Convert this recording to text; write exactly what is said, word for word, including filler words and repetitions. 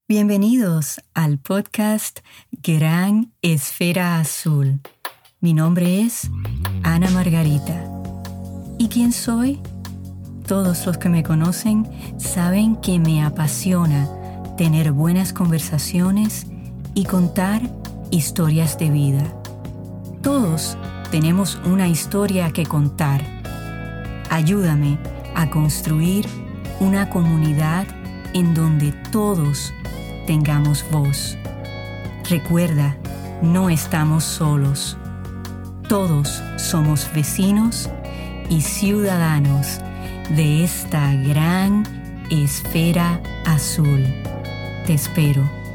Bienvenidos al podcast Gran Esfera Azul. Mi nombre es Ana Margarita. ¿Y quién soy? Todos los que me conocen saben que me apasiona tener buenas conversaciones y contar historias de vida. Todos tenemos una historia que contar. Ayúdame a construir una comunidad en donde todos tengamos voz. Recuerda, no estamos solos. Todos somos vecinos y ciudadanos de esta gran esfera azul. Te espero.